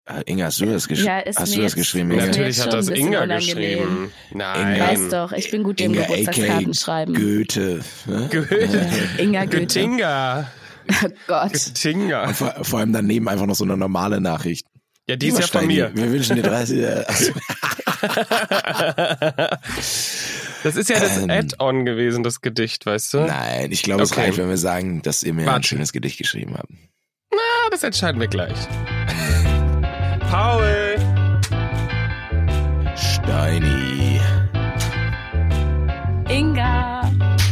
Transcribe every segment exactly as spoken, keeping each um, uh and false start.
Inga, hast du das, gesch- Ja, ist hast mir du das jetzt- geschrieben? ist Inga? mir Natürlich jetzt hat schon das ein bisschen Inga unangenehm. geschrieben. Nein. Inga. Weiß doch, ich bin gut im Inga, Geburtstagskarten aka schreiben. Goethe. Ne? Goethe. Inga Goethe. Göttinger. Oh Gott. Göttinger. Und vor, vor allem daneben einfach noch so eine normale Nachricht. Ja, die ist ja von Steini, mir. Wir wünschen dir dreißig. äh, also, Das ist ja das Ähm. Add-on gewesen, das Gedicht, weißt du? nein, ich glaube, es Okay. reicht, wenn wir sagen, dass ihr mir ein Warte. schönes Gedicht geschrieben habt. Ah, das entscheiden wir gleich. Paul! Steini. Inga.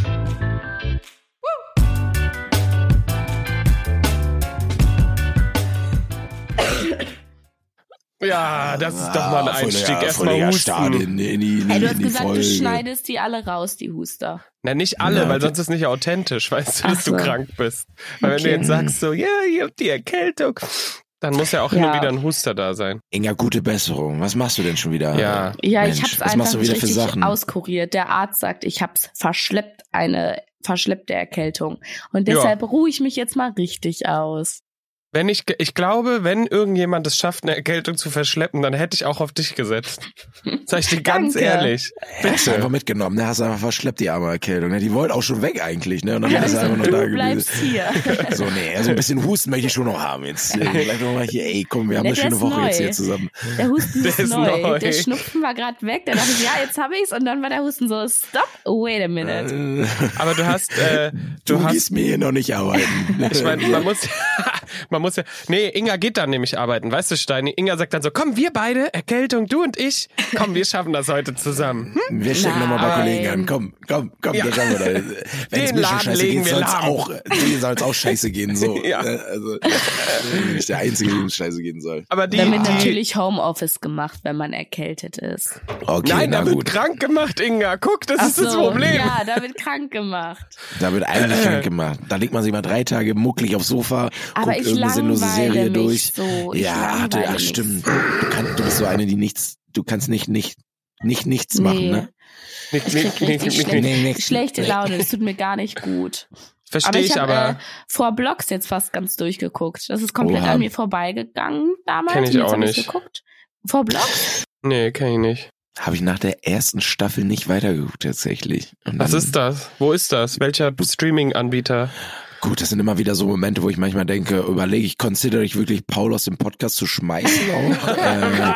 Ja, das ist doch mal ein Ah, voll Einstieg. der- Erstmal voll der Start husten. in, in die, in Hey, du die, hast in die gesagt, Folge. du schneidest die alle raus, die Huster. Na, nicht alle, Ja, weil okay. sonst ist es nicht authentisch, weißt du, Ach dass du so. krank bist. Weil wenn du Okay. jetzt sagst so, ja, ihr habt die Erkältung, dann muss ja auch hin Ja. und wieder ein Huster da sein. Inga, gute Besserung. Was machst du denn schon wieder? Ja. Ja, Mensch, ich hab's was einfach machst du wieder nicht für richtig Sachen? auskuriert. Der Arzt sagt, ich hab's verschleppt, eine verschleppte Erkältung. Und deshalb ruhe ich mich jetzt mal richtig aus. Wenn ich, ge- ich glaube, wenn irgendjemand es schafft, eine Erkältung zu verschleppen, dann hätte ich auch auf dich gesetzt. Sag ich dir ganz Danke. ehrlich. Hast du einfach Bitte. mitgenommen, ne? Hast du einfach verschleppt, die arme Erkältung. Ne? Die wollte auch schon weg eigentlich, ne? Und dann Ja, ist ich er so, einfach noch da du bleibst geblieben. hier. So, nee, also ein bisschen Husten möchte ich schon noch haben jetzt. Äh, Vielleicht noch mal hier, ey, komm, wir haben Der- eine der schöne ist Woche neu. jetzt hier zusammen. Der Husten Der ist, ist neu. neu. Der Schnupfen war gerade weg. Da dachte ich, ja, jetzt habe ich's. Und dann war der Husten so, stop, wait a minute. Äh, Aber du hast, äh, du du hast, gehst mir hier noch nicht arbeiten. ich meine, man muss, man muss ja, nee, Inga geht dann nämlich arbeiten, weißt du, Steini? Inga sagt dann so, komm, wir beide, Erkältung, du und ich, komm, wir schaffen das heute zusammen. Hm? Wir stecken nochmal bei Nein. Kollegen an. Komm, komm, komm, Ja. das schaffen wir da. Wenn es Den mir schon Laden scheiße legen geht, wir soll es lahm. auch, dir soll es auch scheiße gehen. So. Ja. Ne? Also, ich bin nicht der Einzige, dem es scheiße gehen soll. Aber die, Da wird die natürlich Homeoffice gemacht, wenn man erkältet ist. Okay, nein, na da wird gut. krank gemacht, Inga. Guck, das Ach ist das so, Problem. Ja, da wird krank gemacht. Da wird eigentlich krank gemacht. Da legt man sich mal drei Tage mucklig aufs Sofa, Aber guckt ich irgendeine sinnlose langweile Serie mich durch. so. Ich Ja, ach, du, langweile ach mich stimmt. so. Du, kannst, du bist so eine, die nichts, du kannst nicht, nicht, nicht nichts Nee. machen, ne? Nicht, Ich nicht, krieg nicht, richtig nicht, schlecht, nee, nee. schlechte Laune. Das tut mir gar nicht gut. Aber Verstehe ich ich, habe aber äh, vor Blogs jetzt fast ganz durchgeguckt. Das ist komplett Oha. an mir vorbeigegangen damals. Kenn ich Und jetzt auch hab ich's nicht. geguckt. Vor Blogs? nee, kann ich nicht. Habe ich nach der ersten Staffel nicht weitergeguckt, tatsächlich. Und Was dann- ist das? Wo ist das? Welcher Streaming-Anbieter? Gut, das sind immer wieder so Momente, wo ich manchmal denke, überlege ich, consider ich wirklich Paul aus dem Podcast zu schmeißen auch. ähm,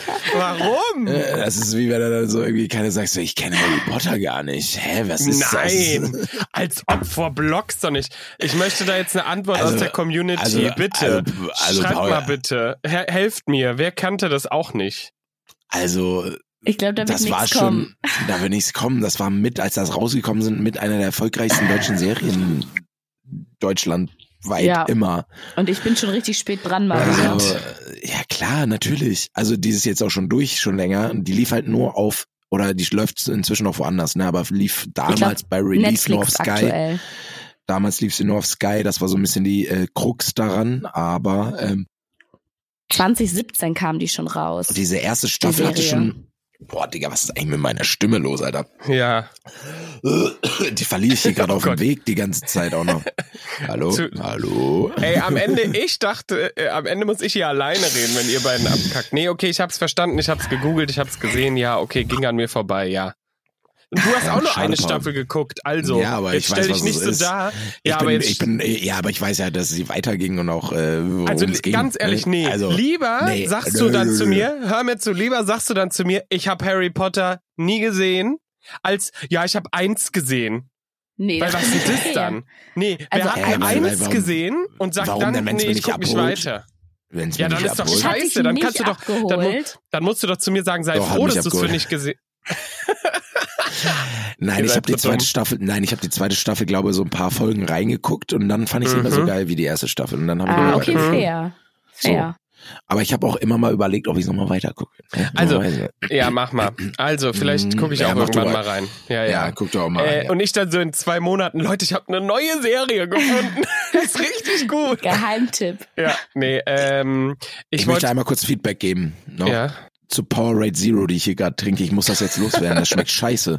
Warum? äh, das ist wie wenn er dann so irgendwie keiner sagt, so, ich kenne Harry Potter gar nicht. Hä, was ist Nein, das? als ob vor Blogs doch nicht. Ich möchte da jetzt eine Antwort Also, aus der Community. also, bitte. also, also, Schreibt Paul, mal bitte. Hel- helft mir. Wer kannte das auch nicht? Also, Ich glaube, da wird das war nichts schon, kommen. da wird nichts kommen. Das war mit, als das rausgekommen sind, mit einer der erfolgreichsten deutschen Serien deutschlandweit Ja. immer. Und ich bin schon richtig spät dran, mal Also, wieder. ja klar, natürlich. Also dieses jetzt auch schon durch, schon länger. Die lief halt nur auf, oder die läuft inzwischen auch woanders, ne? Aber lief damals glaub, bei Release nur auf Netflix Sky. aktuell. Damals lief sie nur auf Sky. Das war so ein bisschen die äh, Krux daran. Aber ähm, zwanzig siebzehn kam die schon raus. diese erste Staffel hatte Serie. schon. Boah, Digga, was ist eigentlich mit meiner Stimme los, Alter? Ja. Die verliere ich hier gerade Oh auf dem Gott. Weg die ganze Zeit auch noch. Hallo? Zu- Hallo? Ey, am Ende, ich dachte, äh, am Ende muss ich hier alleine reden, wenn ihr beiden abkackt. Nee, okay, ich hab's verstanden, ich hab's gegoogelt, ich hab's gesehen, ja, okay, ging an mir vorbei, ja. Und du hast Ja, auch nur schade, eine Paul. Staffel geguckt, also, Ja, aber jetzt ich weiß, stell dich was nicht es so ist. da. Ich Ja, bin, aber jetzt, ich bin, ja, aber ich weiß ja, dass sie weiterging und auch, äh, worum also es ging. ganz ehrlich, nee, Also, lieber nee. sagst du dann zu mir, hör mir zu, lieber sagst du dann zu mir, ich habe Harry Potter nie gesehen, als, ja, ich habe eins gesehen. Nee, Weil das was finde ist ich das okay. dann? Nee, Also, wer hat hä, weil- weil eins warum- gesehen und sagt warum dann, denn, wenn's nee, mich ich nicht guck nicht abholt? weiter. Wenn's Ja, mich dann nicht ist doch abholt. Das hat scheiße, dich dann nicht kannst du doch, dann, mu- abgeholt. dann musst du doch zu mir sagen, sei Doch, hat froh, mich dass du es für abgeholt. nicht gesehen. Nein, Ihr ich seid habe die so zweite dumm. Staffel, nein, ich habe die zweite Staffel, glaube so ein paar Folgen reingeguckt und dann fand ich es nicht mehr so Mhm. geil wie die erste Staffel und dann habe ich Ah, immer okay, weiter- fair. Fair. Aber ich habe auch immer mal überlegt, ob ich nochmal weitergucke. Ja, Also, weiß nicht. Ja, mach mal. Also, vielleicht gucke ich Ja, auch mach du irgendwann mal. mal rein. Ja, ja, ja. guck doch auch mal. Äh, rein, ja. Und ich dann so in zwei Monaten, Leute, ich habe eine neue Serie gefunden. Das ist richtig gut. Geheimtipp. Ja, nee, ähm, ich, ich möchte wollte, einmal kurz Feedback geben. Noch ja. zu Powerade Zero, die ich hier gerade trinke. Ich muss das jetzt loswerden. Das schmeckt scheiße.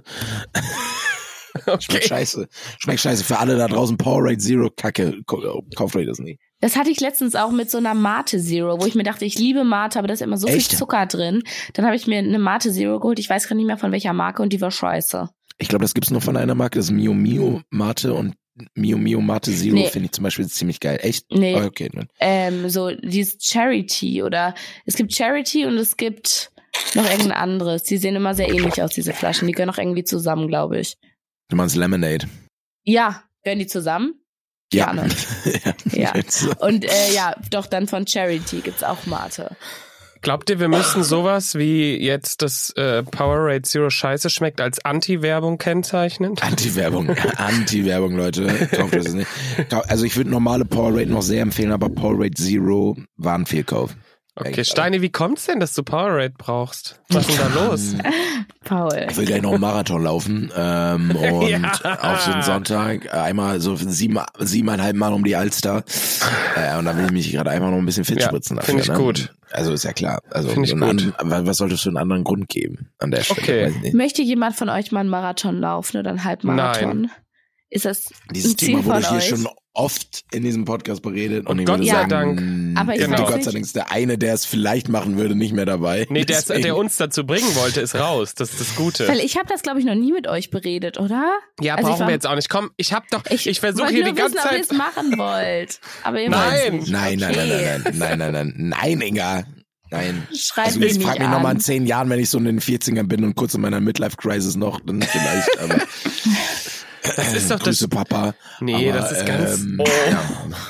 Schmeckt Okay. scheiße. Schmeckt scheiße. Für alle da draußen Powerade Zero Kacke. Kauft euch das nicht. Das hatte ich letztens auch mit so einer Mate Zero, wo ich mir dachte, ich liebe Mate, aber da ist immer so Echt? viel Zucker drin. Dann habe ich mir eine Mate Zero geholt, ich weiß gar nicht mehr von welcher Marke und die war scheiße. Ich glaube, das gibt's nur von einer Marke, das ist Mio Mio Mate und Mio Mio Mate Zero Nee. finde ich zum Beispiel ziemlich geil. Echt? Nee. Oh, okay. Dann. Ähm, so dieses Charity oder es gibt Charity und es gibt noch irgendein anderes. Die sehen immer sehr ähnlich aus, diese Flaschen. Die gehören auch irgendwie zusammen, glaube ich. Du meinst Lemonade? Ja, gehören die zusammen? Ja. Gerne. ja. Ja. Und äh, ja, doch dann von Charity gibt's auch Mate. Glaubt ihr, wir müssen sowas wie jetzt das äh, Powerade Zero Scheiße schmeckt als Anti-Werbung kennzeichnen? Anti-Werbung, Anti-Werbung, Leute. Kauft das nicht. Also ich würde normale Powerade noch sehr empfehlen, aber Powerade Zero war ein Fehlkauf. Okay, Steini, wie kommt's denn, dass du Powerade brauchst? Was ist denn da los? Paul. Ich will gleich noch einen Marathon laufen ähm, und Ja. auf so einen Sonntag einmal so sieben, siebeneinhalb Mal um die Alster äh, und dann will ich mich gerade einfach noch ein bisschen fit Ja, spritzen dafür. find ich ne? gut. Also ist ja klar. Also Find ich so einen gut. An, was sollte es für einen anderen Grund geben an der Stelle? Okay. Weiß ich nicht. Möchte jemand von euch mal einen Marathon laufen oder einen Halbmarathon? Nein. Ist das Dieses ein Ziel Thema wurde von hier euch? schon oft in diesem Podcast beredet und, Und ich Gott würde sei sagen, Dank. Aber ich Genau. weiß Gott nicht. sei Dank ist der eine, der es vielleicht machen würde, nicht mehr dabei. Nee, der, Deswegen- der uns dazu bringen wollte, ist raus. Das ist das Gute. Weil ich habe das, glaube ich, noch nie mit euch beredet, oder? Ja, Also ich brauchen war- wir jetzt auch nicht. Komm, ich hab doch, ich, ich versuche wollte hier nur die ganze wissen, ob ihr Zeit. es machen wollt. Aber ihr Nein. wollt's nicht. Nein, nein, Okay. nein, nein, nein, nein, nein, nein, nein, Inga. Nein. Schreibt Also mich ich nicht frag mich nochmal in an. zehn Jahren, wenn ich so in den vierzigern bin und kurz in meiner Midlife-Crisis noch, dann vielleicht, aber Das ist doch das. Grüße Papa. Nee, aber, das ist ganz. ähm, Oh. ja.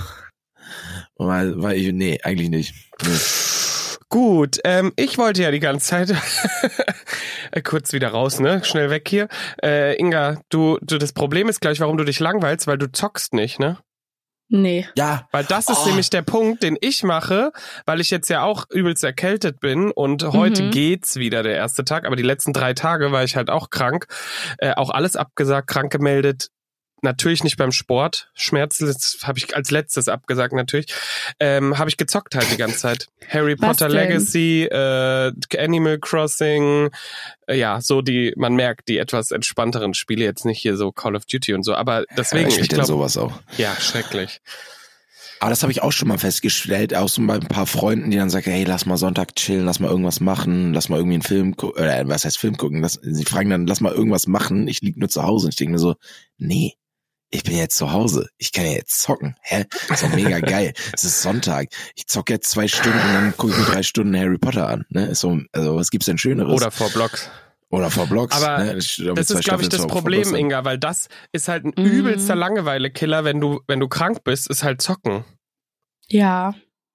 Weil, weil ich, nee, eigentlich nicht. Nee. Gut, ähm, ich wollte ja die ganze Zeit kurz wieder raus, ne? Schnell weg hier. Äh, Inga, du, du, das Problem ist gleich, warum du dich langweilst, weil du zockst nicht, ne? Nee. Ja, Weil das ist Oh. nämlich der Punkt, den ich mache, weil ich jetzt ja auch übelst erkältet bin und heute Mhm. geht's wieder der erste Tag, aber die letzten drei Tage war ich halt auch krank, äh, auch alles abgesagt, krank gemeldet. Natürlich nicht beim Sport. Schmerzen habe ich als letztes abgesagt natürlich. Ähm, habe ich gezockt halt die ganze Zeit. Harry Was Potter denn? Legacy, äh, Animal Crossing, äh, ja, so die, man merkt die etwas entspannteren Spiele, jetzt nicht hier so Call of Duty und so, aber deswegen, Wer ich spielt denn glaube, sowas auch. ja, schrecklich. Aber das habe ich auch schon mal festgestellt, auch so bei ein paar Freunden, die dann sagen, hey, lass mal Sonntag chillen, lass mal irgendwas machen, lass mal irgendwie einen Film gucken, oder was heißt Film gucken, das, sie fragen dann, lass mal irgendwas machen, ich lieg nur zu Hause und ich denke mir so, nee, ich bin jetzt zu Hause, ich kann ja jetzt zocken, hä? Das ist doch mega geil, es ist Sonntag, ich zocke jetzt zwei Stunden und dann gucke ich mir drei Stunden Harry Potter an, ne? Ist so, also was gibt's denn Schöneres? Oder vor Blocks. Oder vor Blogs. Aber ne? Das ist, glaube ich, das Problem, Inga, weil das ist halt ein Mhm. übelster Langeweile-Killer, wenn du, wenn du krank bist, ist halt zocken. Ja.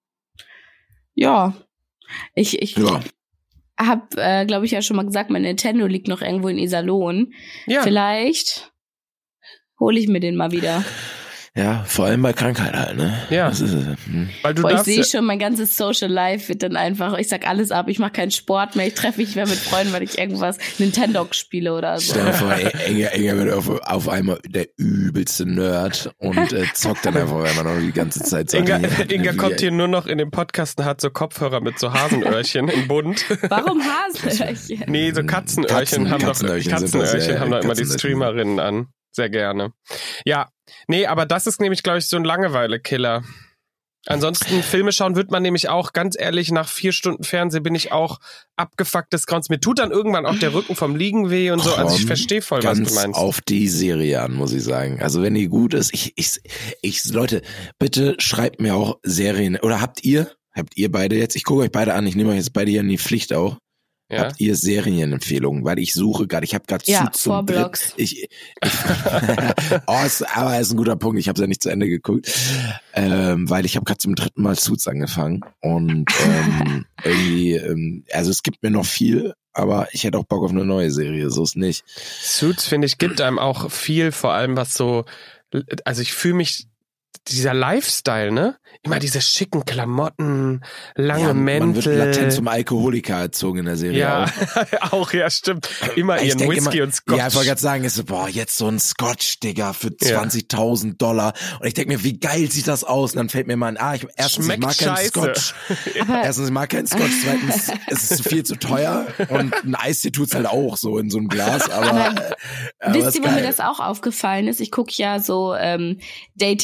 Ja. Ich, ich Ja. hab, äh, glaube ich, ja schon mal gesagt, mein Nintendo liegt noch irgendwo in Iserlohn. Ja. Vielleicht hole ich mir den mal wieder. Ja, vor allem bei Krankheit halt, ne? Ja. Das ist, hm. Weil du Boah, ich darfst. sehe schon, mein ganzes Social Life wird dann einfach, ich sag alles ab, ich mache keinen Sport mehr, ich treffe mich mehr mit Freunden, weil ich irgendwas Nintendo spiele oder so. Stell dir vor, Enger, Enger wird auf, auf einmal der übelste Nerd und äh, zockt dann einfach immer noch die ganze Zeit. Inga, Sachen. Inga Wie- kommt hier nur noch in dem Podcast und hat so Kopfhörer mit so Hasenöhrchen in bunt. Warum Hasenöhrchen? Nee, so Katzenöhrchen Katzen- haben Katzenöhrchen doch sind das, Katzenöhrchen ja, ja, haben doch immer die Katzenöhrchen. Streamerinnen an. Sehr gerne. Ja, nee, aber das ist nämlich, glaube ich, so ein Langeweile-Killer. Ansonsten Filme schauen wird man nämlich auch, ganz ehrlich, nach vier Stunden Fernsehen bin ich auch abgefuckt des Grauens. Mir tut dann irgendwann auch der Rücken vom Liegen weh und so. Also ich Komm verstehe voll, was ganz du meinst. auf die Serie an, muss ich sagen. Also wenn die gut ist, ich, ich, ich, Leute, bitte schreibt mir auch Serien. Oder habt ihr, habt ihr beide jetzt, ich gucke euch beide an, ich nehme euch jetzt beide hier in die Pflicht auch. Ja? Habt ihr Serienempfehlungen? Weil ich suche gerade, ich habe gerade Ja, zu zum vor Dritt- Blogs. Ich, ich oh, ist, aber ist ein guter Punkt. Ich habe ja nicht zu Ende geguckt, ähm, weil ich habe gerade zum dritten Mal Suits angefangen und ähm, irgendwie, ähm, also es gibt mir noch viel, aber ich hätte auch Bock auf eine neue Serie. So ist nicht. Suits, finde ich, gibt einem auch viel, vor allem was so, also ich fühle mich, dieser Lifestyle, ne? Immer diese schicken Klamotten, lange Ja, man wird Mäntel. latent zum Alkoholiker erzogen in der Serie. Ja, Auch. auch, ja, stimmt. Immer Ich ihren denk Whisky immer, und Scotch. Ja, ich wollte gerade sagen, ist so, boah, jetzt so ein Scotch, Digga, für Ja. zwanzigtausend Dollar. Und ich denke mir, wie geil sieht das aus? Und dann fällt mir mal ein, ah, ich, erstens, Schmeckt ich mag keinen scheiße. Scotch. Aber Erstens, ich mag keinen Scotch. Zweitens, es ist viel zu teuer. Und ein Eistee tut's halt auch so in so einem Glas. Aber, äh, aber wisst ist ihr, wo mir geil. das auch aufgefallen ist? Ich gucke ja so ähm, Dating-Sachen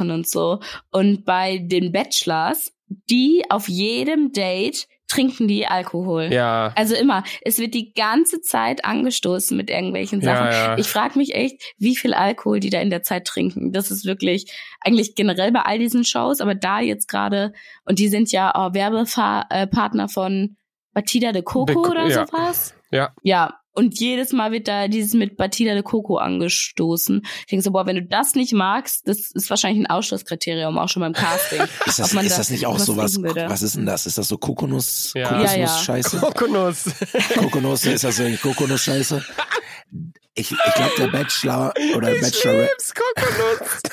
Sachen und so. Und bei den Bachelors, die auf jedem Date trinken die Alkohol. Ja. Also immer. Es wird die ganze Zeit angestoßen mit irgendwelchen Sachen. Ja, ja. Ich frage mich echt, wie viel Alkohol die da in der Zeit trinken. Das ist wirklich eigentlich generell bei all diesen Shows, aber da jetzt gerade, und die sind ja auch Werbepartner von Batida de Coco De, oder ja. sowas. Ja. Ja. Und jedes Mal wird da dieses mit Batida de Coco angestoßen. Ich denke so, boah, wenn du das nicht magst, das ist wahrscheinlich ein Ausschlusskriterium, auch schon beim Casting. Ist das, Ob man ist da das nicht auch was sowas, trinken würde. was ist denn das? Ist das so Kokosnuss, Ja. Kokosnuss-Scheiße? Kokonuss. Kokosnuss, ist das so eine Kokosnuss-Scheiße? Ich, ich glaube, der Bachelor oder Ich Bachelorette lieb's, Kokonuss.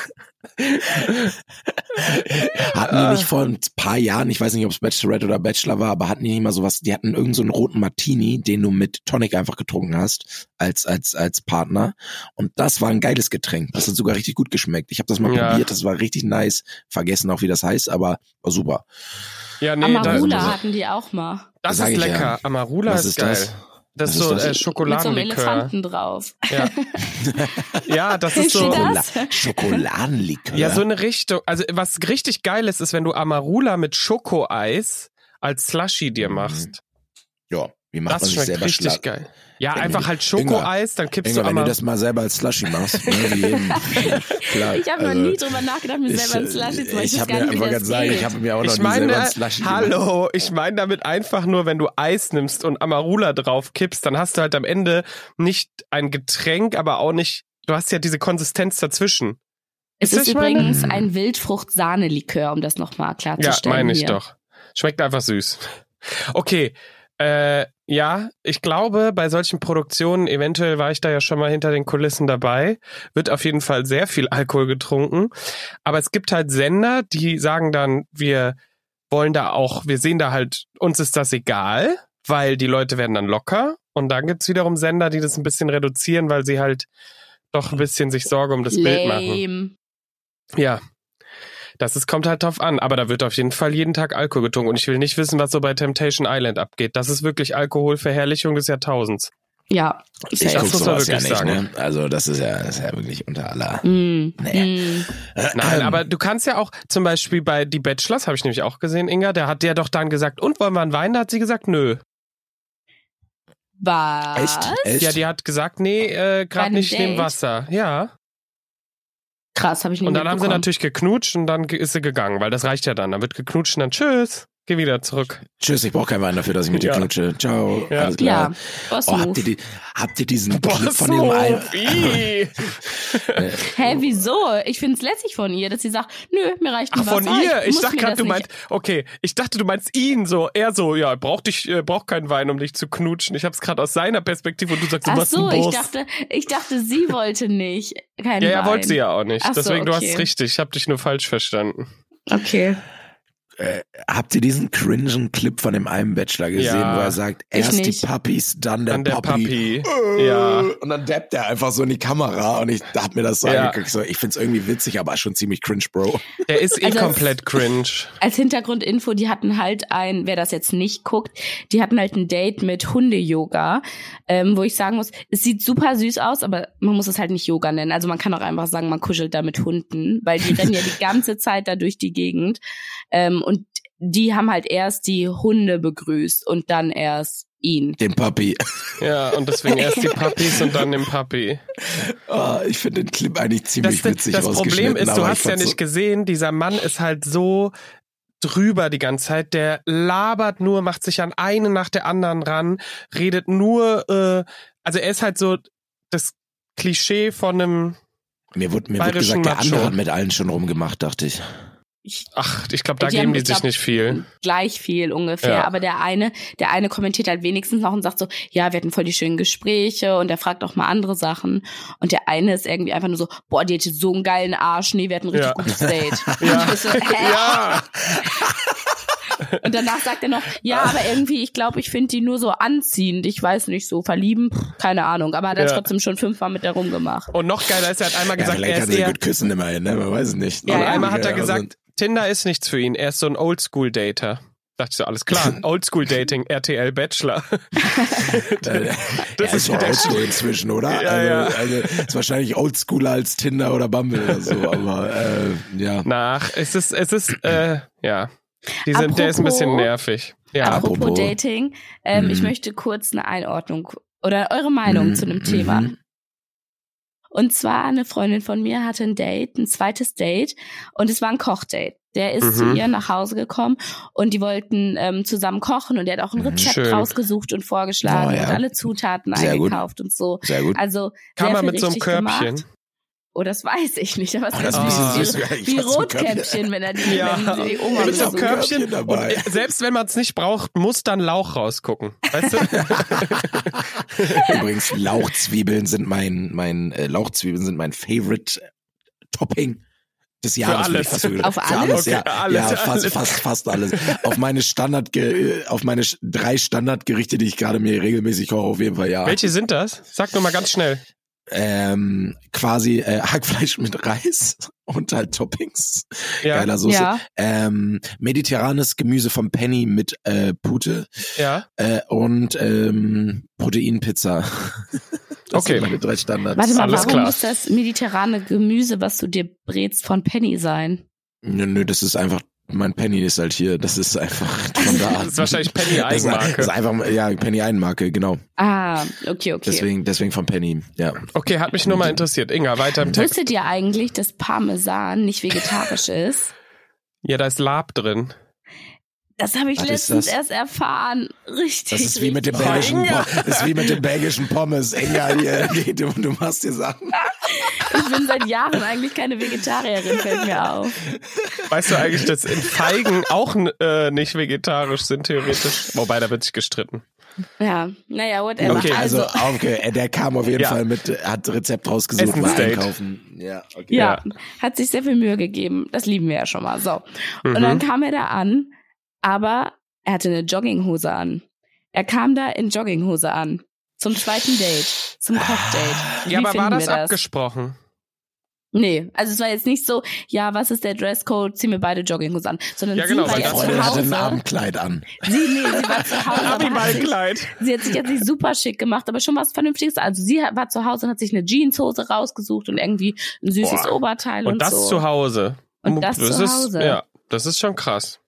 hatten die nicht vor ein paar Jahren, ich weiß nicht, ob es Bachelorette oder Bachelor war, aber hatten die nicht mal sowas, die hatten irgend so einen roten Martini, den du mit Tonic einfach getrunken hast, als als als Partner. Und das war ein geiles Getränk. Das hat sogar richtig gut geschmeckt. Ich habe das mal Ja. probiert, das war richtig nice. Vergessen auch, wie das heißt, aber war super. Ja, nee, Amarula da, hatten die auch mal. das Sag ist ich lecker. ja. Amarula Was ist, ist geil. das? Das ist Was so ist das? äh, Mit so einem Schokoladenlikör. Elefanten drauf. Ja. ja, das ist so. Steht das? Schokola- Schokoladenlikör. Ja, so eine Richtung. Also was richtig geil ist, ist, wenn du Amarula mit Schokoeis als Slushy dir machst. Ja, wie macht Das man sich schmeckt selber richtig schla- geil. Ja, Inga, einfach halt Schokoeis, dann kippst Inga, du wenn du Amar... das mal selber als Slushy machst, ne, wie jeden, klar, Ich habe also, noch nie drüber nachgedacht, mir selber ein Slushy zu machen. Ich, ich weiß habe gar mir nicht, wie einfach das ganz sagen, geht. ich habe mir auch noch Ich nie meine, selber ein Slushy gemacht. hallo, ich meine damit einfach nur, wenn du Eis nimmst und Amarula drauf kippst, dann hast du halt am Ende nicht ein Getränk, aber auch nicht, du hast ja diese Konsistenz dazwischen. Es Wisst ist ihr, was ich meine? übrigens ein Wildfrucht-Sahne-Likör, um das nochmal Ja, klarzustellen. meine ich hier. doch. Schmeckt einfach süß. Okay, äh, ja, ich glaube, bei solchen Produktionen, eventuell war ich da ja schon mal hinter den Kulissen dabei, wird auf jeden Fall sehr viel Alkohol getrunken. Aber es gibt halt Sender, die sagen dann, wir wollen da auch, wir sehen da halt, uns ist das egal, weil die Leute werden dann locker. Und dann gibt's wiederum Sender, die das ein bisschen reduzieren, weil sie halt doch ein bisschen sich Sorge um das Bild machen. Lame. Ja. Das ist, kommt halt drauf an, aber da wird auf jeden Fall jeden Tag Alkohol getrunken und ich will nicht wissen, was so bei Temptation Island abgeht. Das ist wirklich Alkoholverherrlichung des Jahrtausends. Ja, Ich safe. Das guck muss man sowas ja wirklich nicht, sagen. ne? Also das ist ja, das ist ja wirklich unter aller. Mm, Nee. mm. Nein, aber du kannst ja auch zum Beispiel bei Die Bachelors, habe ich nämlich auch gesehen, Inga, der hat der doch dann gesagt, und wollen wir einen Wein? Da hat sie gesagt, nö. Was? Echt? Echt? Ja, die hat gesagt, nee, äh, Bei gerade einem nicht neben Date? Wasser. Ja. Krass, habe ich nicht Und dann haben sie mitbekommen. natürlich geknutscht und dann ist sie gegangen, weil das reicht ja dann. Dann wird geknutscht und dann tschüss, geh wieder zurück. Tschüss, ich brauche keinen Wein dafür, dass ich mit dir Ja. knutsche. Ciao. Ja. Alles klar. Ja, Boss Oh, habt ihr Move. die, habt ihr diesen Clip Boss von dem einen? Move, ih. Hä, wieso? Ich find's lässig von ihr, dass sie sagt, nö, mir reicht Ach, ein von Wasser. ihr? Ich, muss dachte mir gerade, das du nicht- meinst, okay, ich dachte, du meinst ihn so, er so, ja, braucht dich, äh, braucht keinen Wein, um dich zu knutschen. Ich hab's gerade aus seiner Perspektive und du sagst, du Ach machst so, einen ich Boss. dachte, ich dachte, sie wollte nicht. Kein Ja, ja, Wein. wollte sie ja auch nicht. Ach so, Deswegen, du hast okay. es richtig. Ich habe dich nur falsch verstanden. Okay. Äh, habt ihr diesen cringen Clip von dem einen Bachelor gesehen, Ja. wo er sagt, Ich erst die nicht. Puppies, dann der, Dann der Puppy. Papi. Äh, Ja. Und dann dappt er einfach so in die Kamera und ich hab mir das so Ja. angeguckt. So, ich find's irgendwie witzig, aber schon ziemlich cringe, Bro. Der ist eh Also- komplett cringe. Als Hintergrundinfo, die hatten halt ein, wer das jetzt nicht guckt, die hatten halt ein Date mit Hunde-Yoga, ähm, wo ich sagen muss, es sieht super süß aus, aber man muss es halt nicht Yoga nennen. Also man kann auch einfach sagen, man kuschelt da mit Hunden, weil die rennen ja die ganze Zeit da durch die Gegend. Ähm, und die haben halt erst die Hunde begrüßt und dann erst ihn. Den Puppy. Ja, und deswegen erst die Papis und dann den Papi. Oh, ich finde den Clip eigentlich ziemlich Das, witzig das Problem rausgeschnitten, ist, du aber hast ich ja fand's nicht gesehen, dieser Mann ist halt so drüber die ganze Zeit, der labert nur, macht sich an eine nach der anderen ran, redet nur, äh, also er ist halt so das Klischee von einem, so, mir wurde, mir wurde bayerischen gesagt, der Macho. andere hat mit allen schon rumgemacht, dachte ich. Ich, ach, ich glaube, da Die geben haben, die ich sich glaub, nicht viel. Gleich viel ungefähr, Ja. aber der eine, der eine kommentiert halt wenigstens noch und sagt so, ja, wir hatten voll die schönen Gespräche und er fragt auch mal andere Sachen und der eine ist irgendwie einfach nur so, boah, die hatte so einen geilen Arsch, nee, wir hatten ein richtig Ja. gutes Date. Ja. Und ich so, hä? Ja, Und danach sagt er noch, ja, aber irgendwie, ich glaube, ich finde die nur so anziehend, ich weiß nicht, so verlieben, pff, keine Ahnung, aber hat er Ja. trotzdem schon fünfmal mit der rumgemacht. und noch geiler ist, er hat einmal Ja, gesagt, vielleicht er kann ist sie eher, gut küssen immerhin, ne? Man weiß es nicht. und Ja, ja. einmal hat er Ja, gesagt, und- Tinder ist nichts für ihn, er ist so ein Oldschool-Dater. Dachte ich so, alles klar, Oldschool-Dating, R T L Bachelor. das das ja, ist ja Oldschool inzwischen, oder? Ja, also, ja. also ist wahrscheinlich Oldschooler als Tinder oder Bumble oder so, aber äh, ja. Nach, es ist, es ist, äh, ja. Die sind, Apropos, der ist ein bisschen nervig. Ja. Apropos, Apropos. Dating, ähm, Mhm. ich möchte kurz eine Einordnung oder eure Meinung Mhm, zu einem Thema. mhm. Und zwar eine Freundin von mir hatte ein Date, ein zweites Date und es war ein Kochdate. Der ist Mhm. zu ihr nach Hause gekommen und die wollten ähm, zusammen kochen und er hat auch ein Mhm, Rezept schön. rausgesucht und vorgeschlagen Oh, ja. und alle Zutaten Sehr gut. eingekauft und so. Sehr gut. Also Kann sehr man viel mit so einem richtig Körbchen. Gemacht. Oh, das weiß ich nicht, aber es Oh, das ist ist ein wie, bisschen süß. wie, Ich wie weiß, so ein Rotkäppchen, wenn er die, Ja. wenn die Oma Mit so einem besucht. Körbchen. Körbchen dabei. Und selbst wenn man es nicht braucht, muss dann Lauch rausgucken. Weißt du? Übrigens, Lauchzwiebeln sind mein, mein äh, Lauchzwiebeln sind mein Favorite Topping des Jahres. würde ich alles. fast so- Auf Für alles? alles, ja, Okay, alles, ja fast, alles. fast, fast alles. Auf meine Standard, auf meine sch- drei Standardgerichte, die ich gerade mir regelmäßig koche, auf jeden Fall ja. Welche sind das? Sag nur mal ganz schnell. Ähm, quasi äh, Hackfleisch mit Reis und halt Toppings, Ja. geiler Soße. Ja. Ähm, mediterranes Gemüse vom Penny mit äh, Pute Ja. äh, und ähm, Proteinpizza. Das Okay. sind meine drei Standards. Warte mal, Alles warum klar. muss das mediterrane Gemüse, was du dir brätst, von Penny sein? Nö, nö, das ist einfach, mein Penny ist halt hier, das ist einfach von da. Das ist wahrscheinlich Penny Das ist, Eigenmarke. das ist einfach, ja, Penny Eigenmarke, genau. Ah, okay, okay. Deswegen, deswegen von Penny, ja. Okay, hat mich nur mal interessiert. Inga, weiter im Text. Wusstet ihr eigentlich, dass Parmesan nicht vegetarisch ist? Ja, da ist Lab drin. Das habe ich Was ist letztens das? erst erfahren. Richtig. Das ist wie mit dem richtig. belgischen, Inga. Po- das ist wie mit dem belgischen Pommes. Inga, hier, nee, du, du machst dir Sachen. Ich bin seit Jahren eigentlich keine Vegetarierin, fällt mir auf. Weißt du eigentlich, dass in Feigen auch äh, nicht vegetarisch sind, theoretisch? Wobei, da wird sich gestritten. Ja, naja, whatever. Okay. Also, also okay, der kam auf jeden Ja. Fall mit, hat Rezept rausgesucht, war Essensdate. einkaufen. Ja, okay. ja, hat sich sehr viel Mühe gegeben. Das lieben wir ja schon mal. So. Und Mhm. dann kam er da an, aber er hatte eine Jogginghose an. Er kam da in Jogginghose an. Zum zweiten Date. Zum Kochdate. Wie Ja, aber war finden das, wir das abgesprochen? Nee, also es war jetzt nicht so, ja, was ist der Dresscode, zieh mir beide Jogginghose an, sondern Ja, genau, sie war weil ja das zu Freundin hatte ein Hause. Abendkleid an. Sie, nee, sie war zu Hause, aber hat sich, Abiballkleid. sie hat sich jetzt nicht super schick gemacht, aber schon was Vernünftiges. Also sie hat- war zu Hause und hat sich eine Jeanshose rausgesucht und irgendwie ein süßes Boah. Oberteil und, Und das so. zu Hause. Und das zu ist, Hause. Ja, das ist schon krass.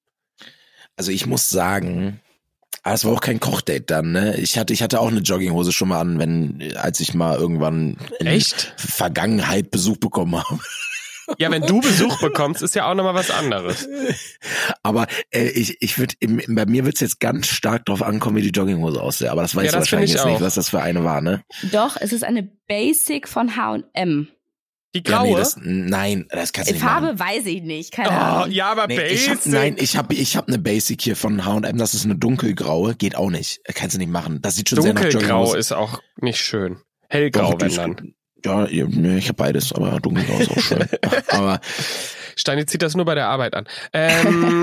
Also ich muss sagen, aber es war auch kein Kochdate dann, ne? Ich hatte, ich hatte auch eine Jogginghose schon mal an, wenn, als ich mal irgendwann in Echt? Vergangenheit Besuch bekommen habe. Ja, wenn du Besuch bekommst, ist ja auch nochmal was anderes. Aber äh, ich, ich würde, bei mir wird's jetzt ganz stark drauf ankommen, wie die Jogginghose aussieht. Aber das weiß Ja, ich das wahrscheinlich find ich jetzt nicht, auch. was das für eine war, ne? Doch, es ist eine Basic von H und M. Die Ja, graue? nee, das, nein, das kannst du nicht Farbe machen. weiß ich nicht, keine oh, Ahnung. ja, aber Nee, ich hab, Basic. nein, ich habe ich hab eine Basic hier von H und M, das ist eine dunkelgraue, geht auch nicht. Kannst du nicht machen. Das sieht schon sehr nach Dunkelgrau Jogginghose. ist auch nicht schön. Hellgrau, Doch, wenn die- dann. Ja, ja, nee, ich habe beides, aber dunkelgrau ist auch schön. Aber Steini zieht das nur bei der Arbeit an. Ähm,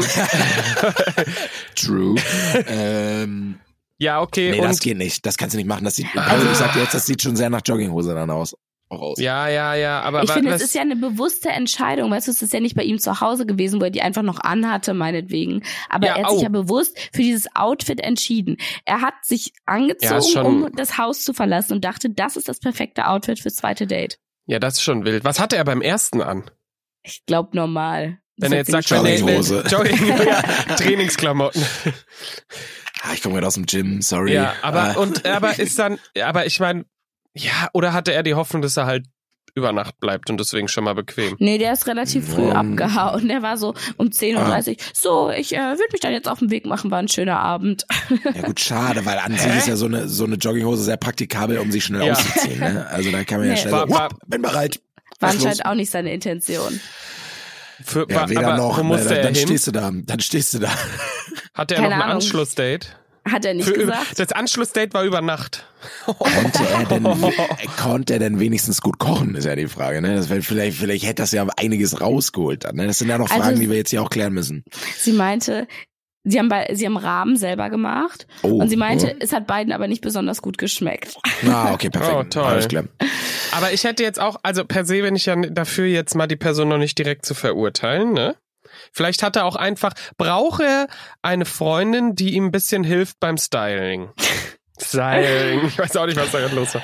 true. ähm, ja, okay. nee, und das geht nicht. Das kannst du nicht machen. Das sieht, also ich sag dir jetzt, das sieht schon sehr nach Jogginghose dann aus. Auch aus. Ja, ja, ja, aber Ich wa- finde, was, es ist ja eine bewusste Entscheidung. Weißt du, es ist ja nicht bei ihm zu Hause gewesen, wo er die einfach noch anhatte, meinetwegen. Aber Ja, er hat sich au. ja bewusst für dieses Outfit entschieden. Er hat sich Ja, angezogen, ist schon- um das Haus zu verlassen und dachte, das ist das perfekte Outfit fürs zweite Date. ja, das ist schon wild. Was hatte er beim ersten an? Ich glaube normal. Wenn er jetzt sagt, Deshalb wenn er, Jogginghose. wenn, Jogging, ja, Trainingsklamotten. Ah, ich komme gerade aus dem Gym, sorry. Ja, aber Ah. und aber ist dann, aber ich meine, ja, oder hatte er die Hoffnung, dass er halt über Nacht bleibt und deswegen schon mal bequem? Nee, der ist relativ früh Um. abgehauen. Der war so um zehn Uhr dreißig. So, ich äh, würde mich dann jetzt auf den Weg machen, war ein schöner Abend. Ja gut, schade, weil an sich ist ja so eine so eine Jogginghose sehr praktikabel, um sich schnell Ja. auszuziehen. Ne? Also da kann man ja Nee. schnell War- so, war- "Wupp, bin bereit. War Was anscheinend los?" auch nicht seine Intention. Für, Ja, war, weder aber noch. wo Ne? musste Dann, er dann hin? stehst du da. Dann stehst du da. Hatte er Keine noch ein Ahnung. Anschlussdate? Hat er nicht Für, gesagt? das Anschlussdate war über Nacht. Konnte er denn, konnte er denn wenigstens gut kochen, ist ja die Frage. Ne? Das wär, vielleicht, vielleicht hätte das ja einiges rausgeholt dann. Ne? Das sind ja noch Also- Fragen, die wir jetzt hier auch klären müssen. Sie meinte, sie haben, bei, sie haben Rahmen selber gemacht Oh, und sie meinte, oh. es hat beiden aber nicht besonders gut geschmeckt. Ah, okay, perfekt. Oh, toll. Alles klar. Aber ich hätte jetzt auch, also per se, wenn ich ja dafür jetzt mal die Person noch nicht direkt zu verurteilen, ne? Vielleicht hat er auch einfach, braucht er eine Freundin, die ihm ein bisschen hilft beim Styling. Styling, ich weiß auch nicht, was da gerade los war.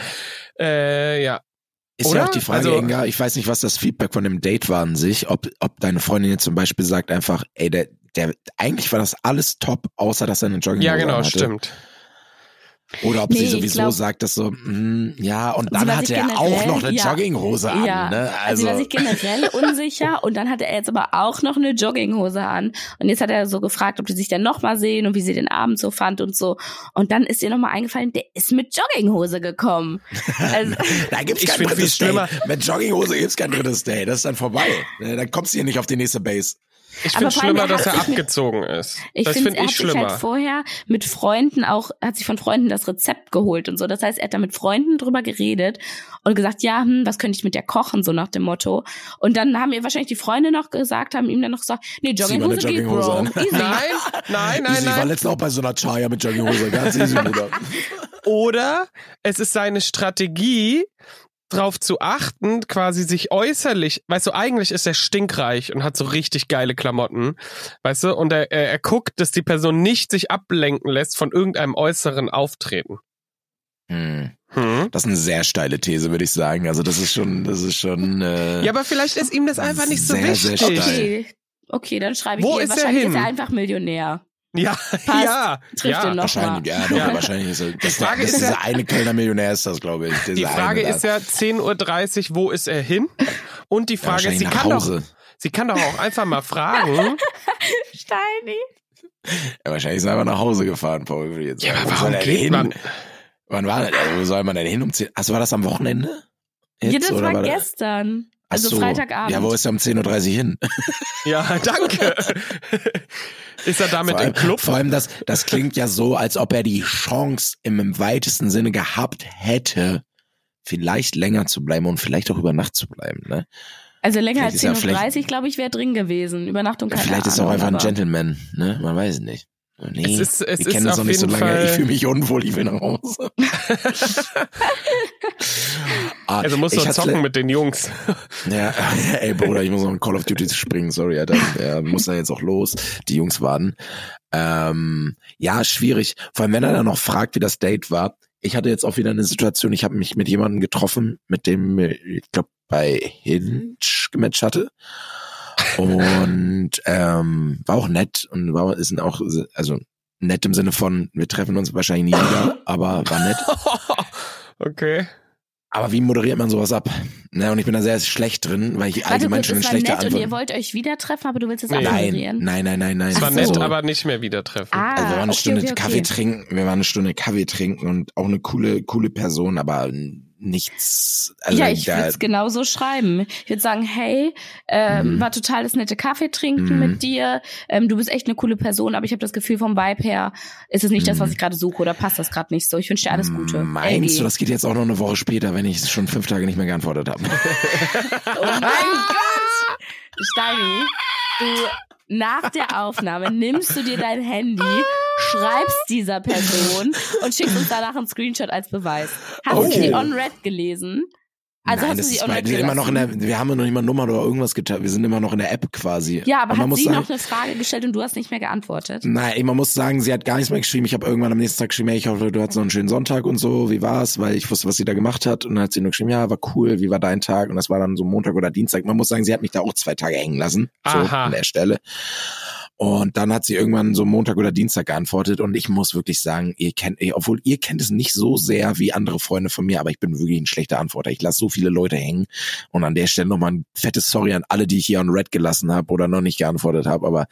Äh, ja. Ist Oder? ja auch die Frage, Also, Inga, ich weiß nicht, was das Feedback von dem Date war an sich, ob, ob deine Freundin jetzt zum Beispiel sagt einfach, ey, der, der, eigentlich war das alles top, außer dass er eine Jogginghose ja, genau, hatte. stimmt. Oder ob Nee, sie ich sowieso glaub- sagt, dass so, mm, ja, und Also, dann was ich hatte er generell- auch noch eine ja, Jogginghose an, ja. ne? Also, Also, war sich generell unsicher und dann hatte er jetzt aber auch noch eine Jogginghose an und jetzt hat er so gefragt, ob die sich dann nochmal sehen und wie sie den Abend so fand und so und dann ist ihr nochmal eingefallen, der ist mit Jogginghose gekommen. Also, da gibt's Ich kein find's viel drittes schlimmer. Date. Mit Jogginghose gibt's kein drittes Date, das ist dann vorbei. Dann kommst du hier nicht auf die nächste Base. Ich Aber finde vor allem, schlimmer, er dass hat er sich mit- abgezogen ist. ich Das finde, finde er ich hat sich schlimmer. halt vorher mit Freunden auch, hat sich von Freunden das Rezept geholt und so. Das heißt, er hat da mit Freunden drüber geredet und gesagt, ja, hm, was könnte ich mit der kochen, so nach dem Motto. Und dann haben ihr wahrscheinlich die Freunde noch gesagt, haben ihm dann noch gesagt, nee, Zieh mal eine Jogginghose geht, Jogginghose Bro. an. Easy. Nein, nein, nein, Easy, ich war nein. letztens auch bei so einer Chaya mit Jogginghose, ganz easy, Bruder. Oder es ist seine Strategie, drauf zu achten, quasi sich äußerlich, weißt du, eigentlich ist er stinkreich und hat so richtig geile Klamotten, weißt du, und er, er, er guckt, dass die Person nicht sich ablenken lässt von irgendeinem äußeren Auftreten. Hm. Hm? Das ist eine sehr steile These, würde ich sagen. Also das ist schon, das ist schon. Äh, Ja, aber vielleicht ist ihm das einfach nicht so Sehr, sehr wichtig. steil. Okay, okay, dann schreibe ich Wo ihr. ist er Wahrscheinlich hin? ist er einfach Millionär. Ja, Passt. ja, Trifft ja. ihn noch wahrscheinlich, mal. ja, doch, Ja. wahrscheinlich ist er. Das, Die Frage das ist ist ja- dieser eine Kölner Millionär ist das, glaube ich. Die Frage ist ja zehn Uhr dreißig, wo ist er hin? Und die Frage ist, sie nach kann, doch, Hause. sie kann doch auch einfach mal fragen. Steini. Ja, wahrscheinlich ist er einfach nach Hause gefahren, Paul. würde ich jetzt Ja, sagen. aber Wo warum soll er geht hin? man? Wann war das? Also, wo soll man denn hin um zehn? Achso, war das am Wochenende? Ja, Jetzt, das oder war das- gestern. Ach Also so. Freitagabend. Ja, wo ist er um zehn Uhr dreißig hin? Ja, danke. Ist er damit Vor allem, im Club? vor allem das, das klingt ja so, als ob er die Chance im, im weitesten Sinne gehabt hätte, vielleicht länger zu bleiben und vielleicht auch über Nacht zu bleiben. Ne? Also länger Vielleicht als ist zehn er Uhr vielleicht- dreißig, glaube ich, wäre drin gewesen. Übernachtung keine Vielleicht ist er auch Ahnung, einfach ein aber- Gentleman. Ne? Man weiß es nicht. Nee, Es ist- es wir ist kennen das auf noch nicht so jeden lange. Fall- Ich fühle mich unwohl, ich will nach Hause. ah, Also musst du ich hatte- zocken mit den Jungs. Ja, ey Bruder, ich muss noch in Call of Duty springen, sorry, Alter. Er muss da jetzt auch los. Die Jungs warten. Ähm, ja, schwierig. Vor allem, wenn er dann noch fragt, wie das Date war. Ich hatte jetzt auch wieder eine Situation, ich habe mich mit jemandem getroffen, mit dem ich glaube bei Hinge gematcht hatte. Und ähm, war auch nett und war ist auch also nett im Sinne von, wir treffen uns wahrscheinlich nie wieder, aber war nett. Okay. Aber wie moderiert man sowas ab? Ne, und ich bin da sehr schlecht drin, weil ich Warte allgemein kurz, schon eine es war schlechte nett und Antwort. ihr wollt euch wieder treffen, aber du willst es Nee. Nein, abmoderieren. nein, nein, nein, nein. Es war Ach nett, so. aber nicht mehr wieder treffen. Ah, Also wir waren eine okay, Stunde okay, okay. Kaffee trinken, wir waren eine Stunde Kaffee trinken und auch eine coole, coole Person, aber nichts. Also ja, ich da, würde es genauso schreiben. Ich würde sagen, hey, ähm, Mhm. war total das nette Kaffee trinken Mhm. mit dir. Ähm, du bist echt eine coole Person, aber ich habe das Gefühl, vom Vibe her ist es nicht das, was ich gerade suche oder passt das gerade nicht so. Ich wünsche dir alles Gute. Meinst Elgi. du, das geht jetzt auch noch eine Woche später, wenn ich schon fünf Tage nicht mehr geantwortet habe? Oh mein Gott! Steini, du, nach der Aufnahme nimmst du dir dein Handy, schreibst dieser Person und schickst uns danach einen Screenshot als Beweis. Hast du Okay. die on-red gelesen? Also Nein, hast das du sie ist on-red mein, wir sind immer noch in gelassen? der, wir haben noch nicht mal Nummer oder irgendwas getan. Wir sind immer noch in der App quasi. Ja, aber Und man hat muss sie sagen, noch eine Frage gestellt und du hast nicht mehr geantwortet? Nein, man muss sagen, sie hat gar nichts mehr geschrieben. Ich habe irgendwann am nächsten Tag geschrieben, hey, ich hoffe, du hattest noch einen schönen Sonntag und so. Wie war's? Weil ich wusste, was sie da gemacht hat. Und dann hat sie nur geschrieben, ja, war cool. Wie war dein Tag? Und das war dann so Montag oder Dienstag. Man muss sagen, sie hat mich da auch zwei Tage hängen lassen. So Aha. an der Stelle. Und dann hat sie irgendwann so Montag oder Dienstag geantwortet. Und ich muss wirklich sagen, ihr kennt, ihr, obwohl ihr kennt es nicht so sehr wie andere Freunde von mir, aber ich bin wirklich ein schlechter Antworter. Ich lasse so viele Leute hängen. Und an der Stelle nochmal ein fettes Sorry an alle, die ich hier on Red gelassen habe oder noch nicht geantwortet habe. Aber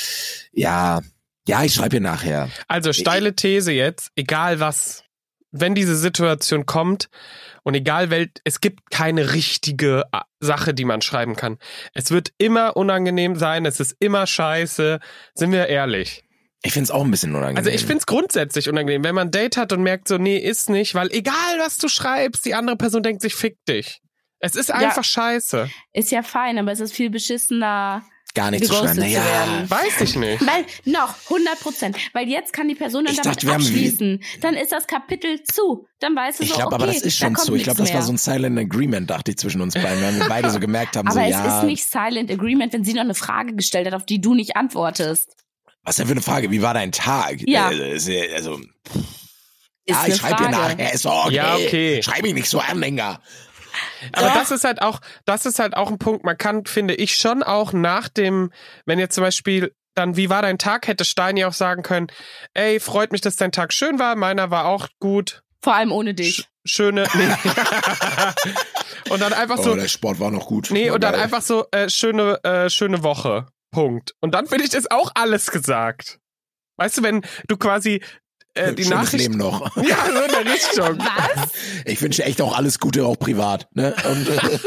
ja, ja, ich schreibe ihr nachher. Also steile These jetzt, egal was, wenn diese Situation kommt und egal wel, es gibt keine richtige äh, Sache, die man schreiben kann. Es wird immer unangenehm sein, es ist immer scheiße, sind wir ehrlich. Ich find's auch ein bisschen unangenehm. Also ich find's grundsätzlich unangenehm, wenn man ein Date hat und merkt so, nee, ist nicht, weil egal was du schreibst, die andere Person denkt sich, fick dich. Es ist einfach scheiße. Ist ja fein, aber es ist viel beschissener. gar nichts zu schreiben. geghostet zu Naja, werden. Weiß ich nicht. Weil, noch, hundert Prozent. Weil jetzt kann die Person dann Ich damit dachte, wir haben abschließen. Dann ist das Kapitel zu. Dann weißt du ich so, glaube, okay, aber das ist da schon kommt so. Ich glaube, nichts das war mehr. so ein Silent Agreement, dachte ich, zwischen uns beiden, weil wir beide so gemerkt haben, Aber so, es ja, ist nicht Silent Agreement, wenn sie noch eine Frage gestellt hat, auf die du nicht antwortest. was denn für eine Frage? Wie war dein Tag? Ja. Äh, ist, äh, also, Ist ja, eine ich schreibe dir Frage. nachher. Ist doch okay. Ja, okay. Schreib mich nicht so an, Länger. Aber Doch. das ist halt auch, das ist halt auch ein Punkt, man kann, finde ich, schon auch nach dem, wenn jetzt zum Beispiel dann, wie war dein Tag, hätte Steini auch sagen können, ey, freut mich, dass dein Tag schön war, meiner war auch gut. Vor allem ohne dich. Sch- schöne, nee. Und dann einfach so, Oh, der Sport war noch gut. nee, War und dann geil. einfach so, äh, schöne, äh, schöne Woche. Punkt. Und dann finde ich das auch alles gesagt. Weißt du, wenn du quasi äh, die Schönes Nachricht. Leben noch. Ja, so in der Richtung. Was? Ich wünsche echt auch alles Gute, auch privat. Ne? Und, äh,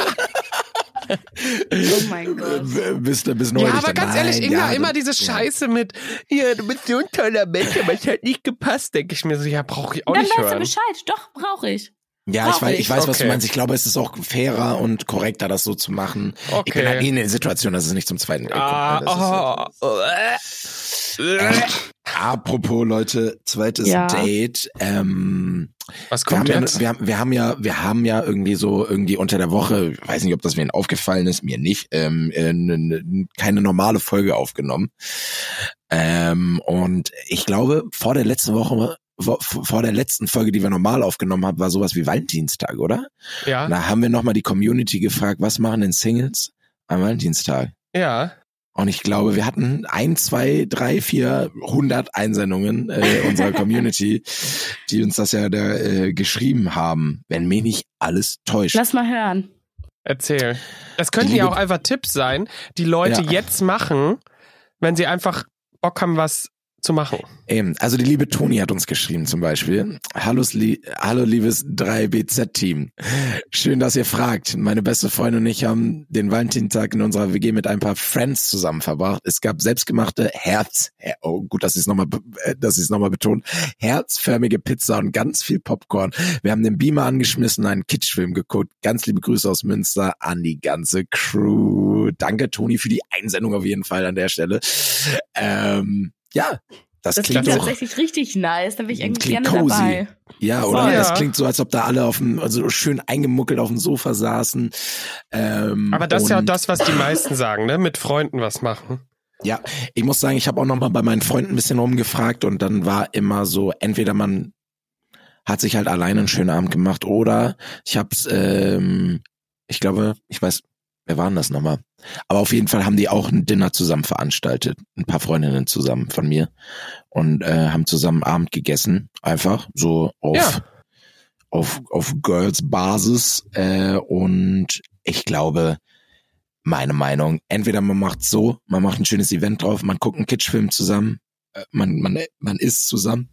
Oh mein Gott. bis, bis neulich Ja, aber dann, ganz nein, ehrlich, immer, ja, immer das- diese ja. Scheiße mit, ja, du bist so ein toller Mensch, aber es hat nicht gepasst, denke ich mir so, ja, brauche ich auch Dann nicht weißt du hören. Bescheid. Doch, brauche ich. Ja, ich Brauch weiß, ich. ich weiß, was du Okay. meinst. Ich glaube, es ist auch fairer und korrekter, das so zu machen. Okay. Ich bin halt nie in der Situation, dass es nicht zum zweiten Date Ah, kommt. Ne? Das ist oh, ja- äh, Ähm, apropos, Leute, zweites Ja. Date. Ähm, Was wir, haben kommt ja, jetzt? wir, haben, wir haben ja, wir haben ja irgendwie so irgendwie unter der Woche, ich weiß nicht, ob das mir aufgefallen ist, mir nicht, ähm, äh, ne, ne, keine normale Folge aufgenommen. Ähm, und ich glaube, vor der letzten Woche, vor, vor der letzten Folge, die wir normal aufgenommen haben, war sowas wie Valentinstag, oder? Ja, Da haben wir nochmal die Community gefragt, was machen denn Singles am Valentinstag? ja. Und ich glaube, wir hatten ein, zwei, drei, vier, hundert Einsendungen äh, unserer Community, die uns das ja da äh, geschrieben haben, wenn mich nicht alles täuscht. Lass mal hören. Erzähl. Das könnten Die ja liebe- auch einfach Tipps sein, die Leute Ja. jetzt machen, wenn sie einfach Bock haben, was zu machen. Eben, also die liebe Toni hat uns geschrieben zum Beispiel. Hallo, li hallo liebes drei B Z-Team. Schön, dass ihr fragt. Meine beste Freundin und ich haben den Valentinstag in unserer W G mit ein paar Friends zusammen verbracht. Es gab selbstgemachte Herz, oh gut, dass ich es nochmal, dass ich es nochmal betont, herzförmige Pizza und ganz viel Popcorn. Wir haben den Beamer angeschmissen, einen Kitschfilm geguckt. Ganz liebe Grüße aus Münster an die ganze Crew. Danke Toni für die Einsendung auf jeden Fall an der Stelle. Ähm, Ja, das, Das klingt klingt doch, tatsächlich richtig nice. Da bin ich irgendwie Klingt gerne cozy. dabei. ja, oder? Voll. Das Ja. klingt so, als ob da alle auf dem, also schön eingemuckelt auf dem Sofa saßen. Ähm, Aber das ist ja auch und- das, was die meisten sagen, ne? Mit Freunden was machen. Ja, ich muss sagen, ich habe auch noch mal bei meinen Freunden ein bisschen rumgefragt und dann war immer so, entweder man hat sich halt alleine einen schönen Abend gemacht oder ich hab's, ähm, ich glaube, ich weiß, wer waren das nochmal? Aber auf jeden Fall haben die auch ein Dinner zusammen veranstaltet, ein paar Freundinnen zusammen von mir und äh, haben zusammen Abend gegessen, einfach so auf Ja. auf auf Girls Basis äh, und ich glaube, meine Meinung, entweder man macht so, man macht ein schönes Event drauf, man guckt einen Kitschfilm zusammen, äh, man man man isst zusammen.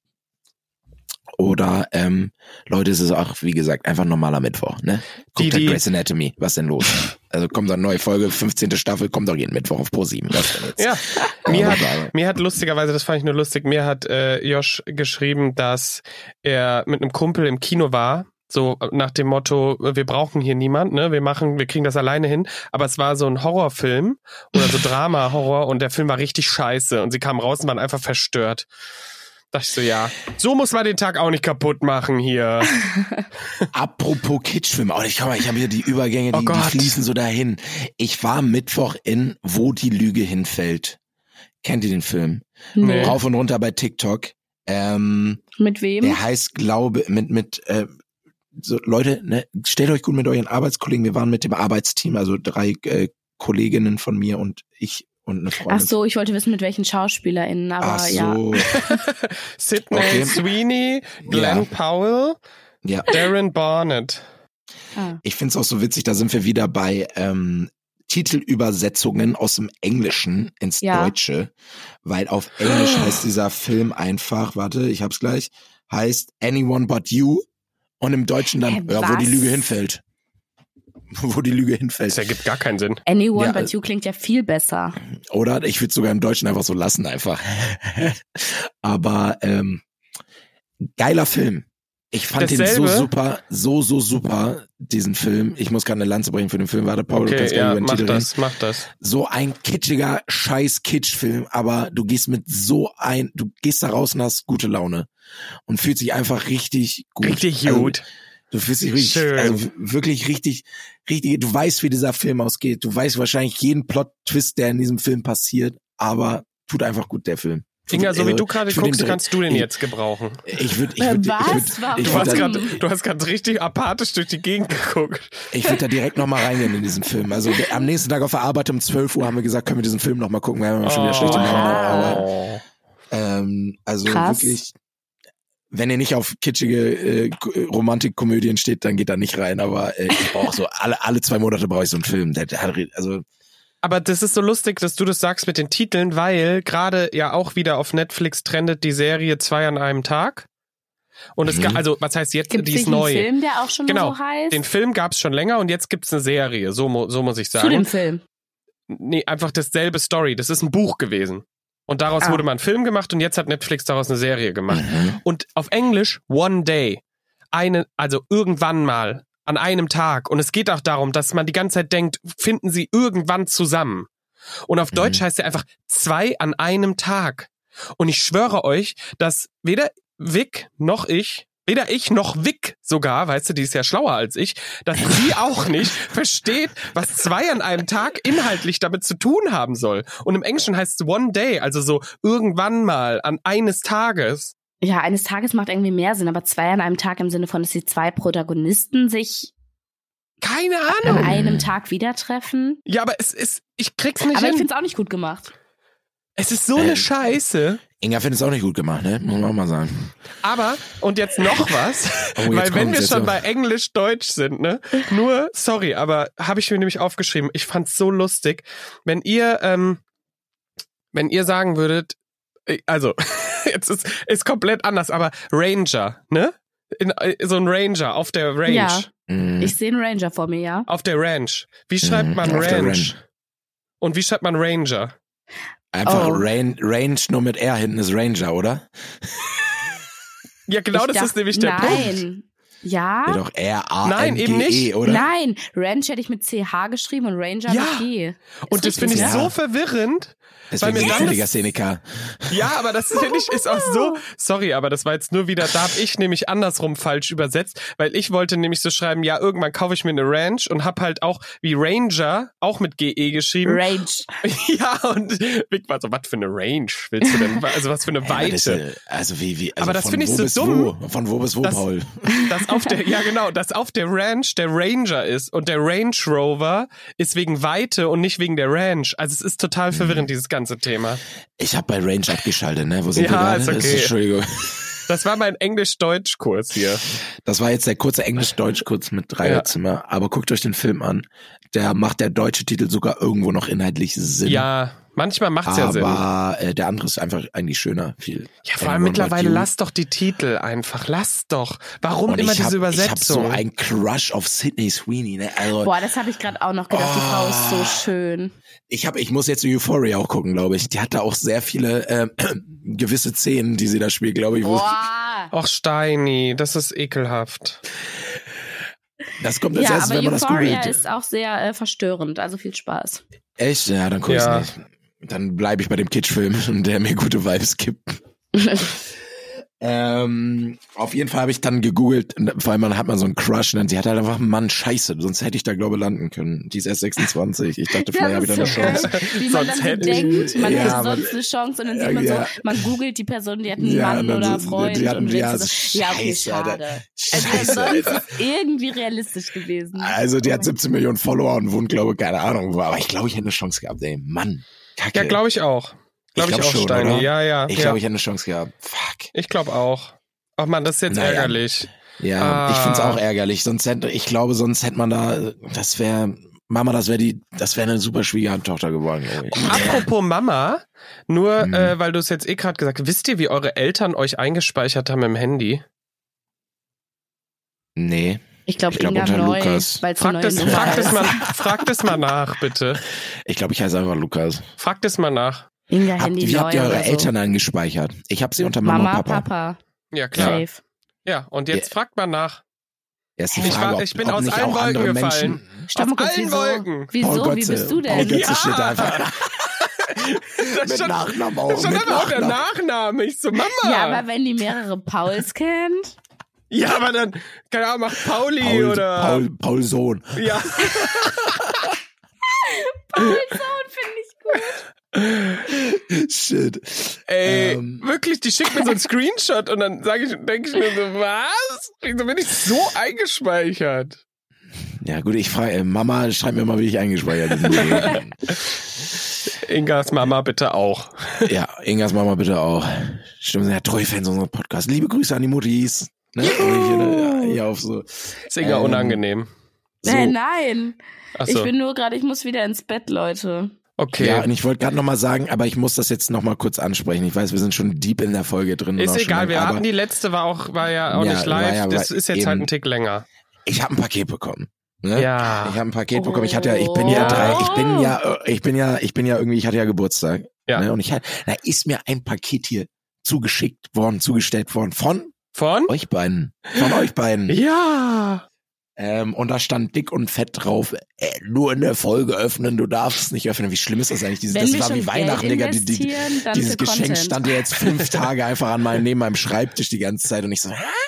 Oder, ähm, Leute, es ist auch, wie gesagt, einfach ein normaler Mittwoch, ne? Die, Guckt halt die- Grey's Anatomy, was denn los? Also kommt da eine neue Folge, fünfzehnte Staffel, kommt doch jeden Mittwoch auf Pro sieben. Was denn jetzt? Ja, mir Aber hat, geil. mir hat lustigerweise, das fand ich nur lustig, mir hat äh, Josh geschrieben, dass er mit einem Kumpel im Kino war, so nach dem Motto, wir brauchen hier niemand, ne, wir machen, wir kriegen das alleine hin, aber es war so ein Horrorfilm oder so Drama-Horror und der Film war richtig scheiße und sie kamen raus und waren einfach verstört. Dachte ich so, ja, so muss man den Tag auch nicht kaputt machen hier. Apropos Kitschfilm, oh, ich, komm mal, ich habe hier die Übergänge, Oh die, die Gott. fließen so dahin. Ich war Mittwoch in Wo die Lüge hinfällt. Kennt ihr den Film? Nee. Rauf und runter bei TikTok. Ähm, Mit wem? Der heißt, glaube, mit, mit, äh, so, Leute, ne, stellt euch gut mit euren Arbeitskollegen. Wir waren mit dem Arbeitsteam, also drei äh, Kolleginnen von mir und ich und eine Freundin. Ach so, ich wollte wissen, mit welchen SchauspielerInnen, aber Ach ja. so. Sidney Okay. Sweeney, Glenn Ja. Powell, Ja. Darren Barnett. Ah. Ich find's auch so witzig, da sind wir wieder bei ähm, Titelübersetzungen aus dem Englischen ins Ja. Deutsche, weil auf Englisch heißt dieser Film einfach, warte, ich hab's gleich, heißt Anyone But You und im Deutschen dann, Hä, ja, wo die was? Lüge hinfällt. Wo die Lüge hinfällt. Das ergibt gar keinen Sinn. Anyone Ja, But You klingt ja viel besser. Oder ich würde sogar im Deutschen einfach so lassen, einfach. Aber ähm, geiler Film. Ich fand Dasselbe? den so super, so, so super, diesen Film. Ich muss gerade eine Lanze brechen für den Film. Warte, Paul, du Okay, kannst gerne ja, über den mach Titel das, reden. mach das. So ein kitschiger Scheiß-Kitsch-Film, aber du gehst mit so ein, du gehst da raus und hast gute Laune. Und fühlst dich einfach richtig gut. Richtig Also, gut. du fühlst dich richtig, Schön. also wirklich richtig, richtig, du weißt, wie dieser Film ausgeht. Du weißt wahrscheinlich jeden Plot-Twist, der in diesem Film passiert, aber tut einfach gut, der Film. Inga, so wie Also, du gerade ich würd guckst, den kannst du den ich- jetzt gebrauchen. Ich würde, ich Äh, würde, was? ich würde, Warum? ich Du würde hast da, gerade, du hast gerade richtig apathisch durch die Gegend geguckt. ich würde da direkt nochmal reingehen in diesen Film. Also der, am nächsten Tag auf der Arbeit um zwölf Uhr haben wir gesagt, können wir diesen Film nochmal gucken, wir haben schon wieder schlechte Laune. Aber, Oh. ähm, also Krass. wirklich, wenn ihr nicht auf kitschige äh, Ko- Romantikkomödien steht, dann geht da nicht rein. Aber äh, ich brauche so alle alle zwei Monate brauche ich so einen Film. Der, der hat, also Aber das ist so lustig, dass du das sagst mit den Titeln, weil gerade ja auch wieder auf Netflix trendet die Serie Zwei an einem Tag. Und es Mhm. gab, also was heißt jetzt, Gibt die es ist einen neu. Film, der auch schon Genau, so heißt? Den Film gab's schon länger und jetzt gibt's eine Serie, so, mu- so muss ich Zu sagen. dem Film. Nee, einfach dasselbe Story. Das ist ein Buch gewesen. Und daraus Ah. wurde mal ein Film gemacht und jetzt hat Netflix daraus eine Serie gemacht. mhm. Und auf Englisch One Day. Eine, also irgendwann mal, an einem Tag. Und es geht auch darum, dass man die ganze Zeit denkt, finden sie irgendwann zusammen. Und auf Mhm. Deutsch heißt er einfach zwei an einem Tag. Und ich schwöre euch, dass weder Vic noch ich, weder ich noch Vic sogar, weißt du, die ist ja schlauer als ich, dass sie auch nicht versteht, was zwei an einem Tag inhaltlich damit zu tun haben soll. Und im Englischen heißt es One Day, also so irgendwann mal, an eines Tages. Ja, eines Tages macht irgendwie mehr Sinn, aber zwei an einem Tag im Sinne von, dass die zwei Protagonisten sich Keine an Ahnung. einem Tag wieder treffen. Ja, aber es ist, ich krieg's nicht Aber ich hin. finde es auch nicht gut gemacht. Es ist so eine Ähm. Scheiße. Inga findet es auch nicht gut gemacht, ne? Muss man auch mal sagen. Aber, und jetzt noch was, Oh, jetzt weil wenn kommt's, wir jetzt schon noch. bei Englisch-Deutsch sind, ne, nur, sorry, aber habe ich mir nämlich aufgeschrieben, ich fand's so lustig, wenn ihr, ähm, wenn ihr sagen würdet, äh, also, jetzt ist, ist komplett anders, aber Ranger, ne? In, äh, so ein Ranger auf der Range. Ja. Mhm. Ich sehe einen Ranger vor mir, ja. Auf der Ranch. Wie schreibt Mhm, man auf der Ranch? Ranch. Und wie schreibt man Ranger? Einfach Oh. Rain, Range nur mit R hinten ist Ranger, oder? Ja, genau, Ich das dachte- ist nämlich der Punkt. Nein. Ja? Ja, doch R A N G E, Nein, eben nicht. oder? Nein. Ranch hätte ich mit C H geschrieben und Ranger Ja. mit G. Ist Und das richtig, finde ich ne? Ja. so verwirrend. Deswegen Weil bin mir ich dann völliger das- Szeniker. Ja, aber das finde ich ist auch so. Sorry, aber das war jetzt nur wieder, da habe ich nämlich andersrum falsch übersetzt, weil ich wollte nämlich so schreiben, ja, irgendwann kaufe ich mir eine Ranch und hab halt auch wie Ranger auch mit G E geschrieben. Range. Ja, und Vic war so, was für eine Range willst du denn? Also was für eine Ja, aber das, Weite. äh, also wie, wie, also Aber das von finde ich wo so bis dumm. Wo? Von wo bis wo, Das- Paul? Dass auf der, ja genau, dass auf der Ranch der Ranger ist und der Range Rover ist wegen Weite und nicht wegen der Ranch. Also es ist total Mhm. verwirrend, dieses ganze Thema. Ich habe bei Range abgeschaltet, ne? Wo sind Ja, wir gerade? ist okay. Das Entschuldigung. Das war mein Englisch-Deutsch-Kurs hier. Das war jetzt der kurze Englisch-Deutsch-Kurs mit Dreierzimmer. Aber guckt euch den Film an. Der macht der deutsche Titel sogar irgendwo noch inhaltlich Sinn. Ja, manchmal macht's ja Sinn. Aber äh, der andere ist einfach eigentlich schöner. Viel. Ja, vor allem Anyone mittlerweile But You. lass doch die Titel einfach. Lass doch. Warum Und immer ich hab, diese Ich hab Übersetzung? so einen Crush auf Sydney Sweeney. Ne? Also Boah, das habe ich gerade auch noch gedacht. Die Frau ist so Oh. schön. ich hab, ich muss jetzt Euphoria auch gucken, glaube ich. Die hat da auch sehr viele äh, gewisse Szenen, die sie da spielt, glaube ich. Wo Boah. Och, Steini, das ist ekelhaft. das kommt als Ja, erstes, aber wenn man das Euphoria googelt. ist auch sehr äh, verstörend. Also viel Spaß. Echt? Ja, dann guck Ja. ich's nicht. Dann bleibe ich bei dem Kitschfilm, der mir gute Vibes gibt. Ähm, auf jeden Fall habe ich dann gegoogelt, vor allem man hat man so einen Crush und sie hat halt einfach, Mann, scheiße, sonst hätte ich da glaube landen können. Die ist erst sechsundzwanzig. Ich dachte, vielleicht habe ich da eine so Chance. geil, wie man Sonst dann so hätte ich- denkt, man Ja, hat aber- sonst eine Chance und dann sieht man Ja. so, man googelt die Person, die hat einen Ja, Mann und dann oder so- Freund die hatten- und ja, denkst so, ja, okay, Scheiße, Alter. schade. Also Scheiße, sonst Alter. ist irgendwie realistisch gewesen. Also die hat siebzehn Millionen Follower und wohnt, glaube ich, keine Ahnung wo. Aber ich glaube, ich hätte eine Chance gehabt, ey. Mann, Kacke. Ja, glaube ich auch. Glaube ich, glaub auch, schon, Steini. oder? Ja, ja. Ich ja. glaube, ich hätte eine Chance gehabt. Fuck. Ich glaube auch. Ach man, das ist jetzt Naja. ärgerlich. Ja, Ah. ich find's auch ärgerlich. Sonst hätte, ich glaube, sonst hätte man da, das wäre, Mama, das wäre die, das wäre eine super Schwiegertochter geworden, glaube ich. Apropos Mama, nur Mhm. äh, weil du es jetzt eh gerade gesagt hast, wisst ihr, wie eure Eltern euch eingespeichert haben im Handy? Nee. Ich glaube, Ich glaub, Inga unter neu, Lukas. weil es eine Fragt neue es, Nummer fragt es ist. mal, fragt es mal nach, bitte. Ich glaube, ich heiße einfach Lukas. Fragt es mal nach. Inga Habt, Handy wie neu habt ihr eure oder so. Eltern angespeichert? Ich habe sie unter Mama, Mama, und Papa. Papa. Ja, klar. Safe. Ja, und jetzt Ja. fragt man nach. Erst die Ich, Frage, war, ob, ich bin ob aus nicht allen auch andere Wolken Menschen. gefallen. Stopp mal Aus kurz, allen wieso? Wolken. Wieso? Paul Wie Götze, bist du Paul denn? Götze Ja. steht da einfach Das mit ist schon, Nachnamen das auch. ist schon Mit einfach auch der Nachnamen. Nachname. Ich so, Mama. Ja, aber wenn die mehrere Pauls kennt. Ja, aber dann, keine Ahnung, macht Pauli Paul, oder... Paul, Paul Sohn. Ja. Paulsohn finde ich gut. Shit. Ey, Ähm. wirklich, die schickt mir so einen Screenshot und dann sage ich, denke ich mir so, was? Wieso bin ich so eingespeichert? Ja gut, ich frage, äh, Mama, schreib mir mal, wie ich eingespeichert bin. Ingas Mama bitte auch. Ja, Ingas Mama bitte auch. Stimmt, sind ja treue Fans unseres Podcasts. Liebe Grüße an die Muttis. Ne? Hier, hier auf so. Ist Inga Ähm, unangenehm. So. Äh, nein. Ach Ich so. bin nur gerade, ich muss wieder ins Bett, Leute. Okay. Ja, und ich wollte gerade nochmal sagen, aber ich muss das jetzt nochmal kurz ansprechen. Ich weiß, wir sind schon deep in der Folge drin. und Ist auch schon egal, lang, wir aber hatten die letzte, war auch, war ja auch Ja, nicht war live. ja, das war ist jetzt eben- halt ein Tick länger. ich habe ein Paket bekommen. Ne? Ja. Ich habe ein Paket bekommen. Ich hatte ja, ich bin ja Oh. drei, ich bin ja, ich bin ja, ich bin ja irgendwie, ich hatte ja Geburtstag. Ja. Ne? Und ich hatte, da ist mir ein Paket hier zugeschickt worden, zugestellt worden von Von? euch beiden. Von euch beiden. Ja. Ähm, und da stand dick und fett drauf, äh, nur in der Folge öffnen, du darfst es nicht öffnen. Wie schlimm ist das eigentlich? Dieses, Wenn das wir war schon wie Weihnachten, Geld Digga. Die, die, investieren, dann dieses für Geschenk Content. stand ja jetzt fünf Tage einfach an meinem, neben meinem Schreibtisch die ganze Zeit und ich so,